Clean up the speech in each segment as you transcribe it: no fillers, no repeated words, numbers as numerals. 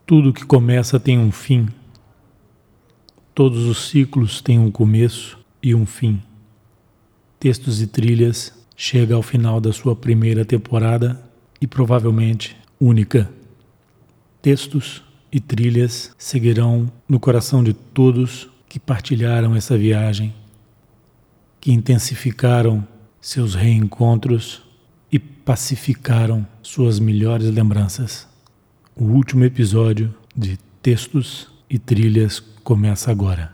Tudo que começa tem um fim. Todos os ciclos têm um começo e um fim. Textos e Trilhas chega ao final da sua primeira temporada e provavelmente única. Textos e Trilhas seguirão no coração de todos que partilharam essa viagem, que intensificaram seus reencontros e pacificaram suas melhores lembranças. O último episódio de Textos e Trilhas começa agora.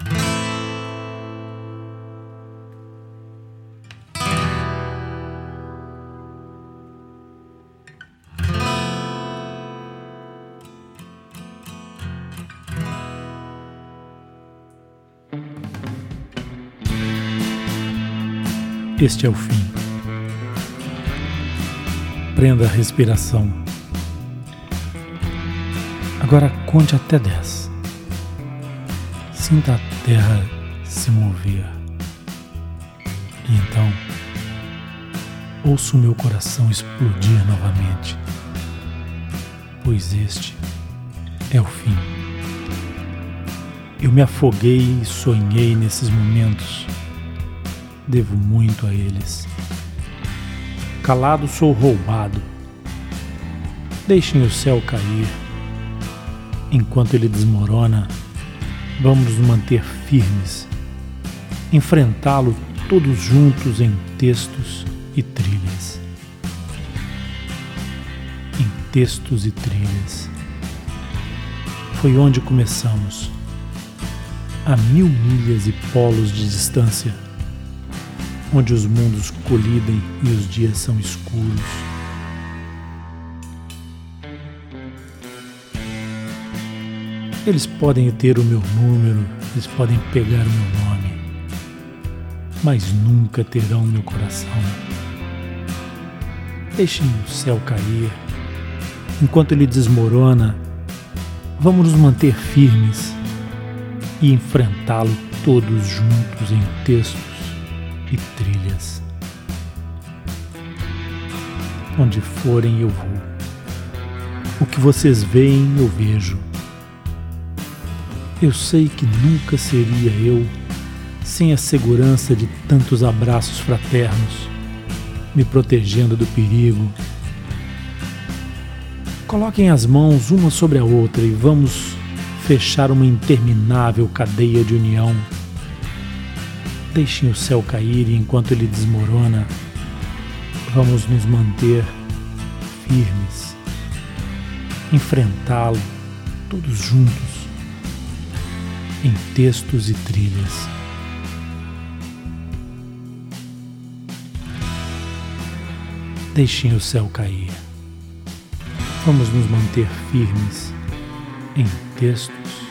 Este é o fim. Prenda a respiração. Agora conte até 10. Sinta a terra se mover. E então, ouça o meu coração explodir novamente, pois este é o fim. Eu me afoguei e sonhei nesses momentos. Devo muito a eles. Calado sou roubado. Deixem o céu cair. Enquanto ele desmorona, vamos nos manter firmes, enfrentá-lo todos juntos em textos e trilhas. Em textos e trilhas. Foi onde começamos, a 1000 milhas e polos de distância, onde os mundos colidem e os dias são escuros. Eles podem ter o meu número, eles podem pegar o meu nome, mas nunca terão meu coração. Deixem o céu cair. Enquanto ele desmorona, vamos nos manter firmes e enfrentá-lo todos juntos em textos e trilhas. Onde forem eu vou. O que vocês veem eu vejo. Eu sei que nunca seria eu sem a segurança de tantos abraços fraternos, me protegendo do perigo. Coloquem as mãos uma sobre a outra e vamos fechar uma interminável cadeia de união. Deixem o céu cair e enquanto ele desmorona, vamos nos manter firmes, enfrentá-lo todos juntos, em textos e trilhas. Deixem o céu cair. Vamos nos manter firmes, em textos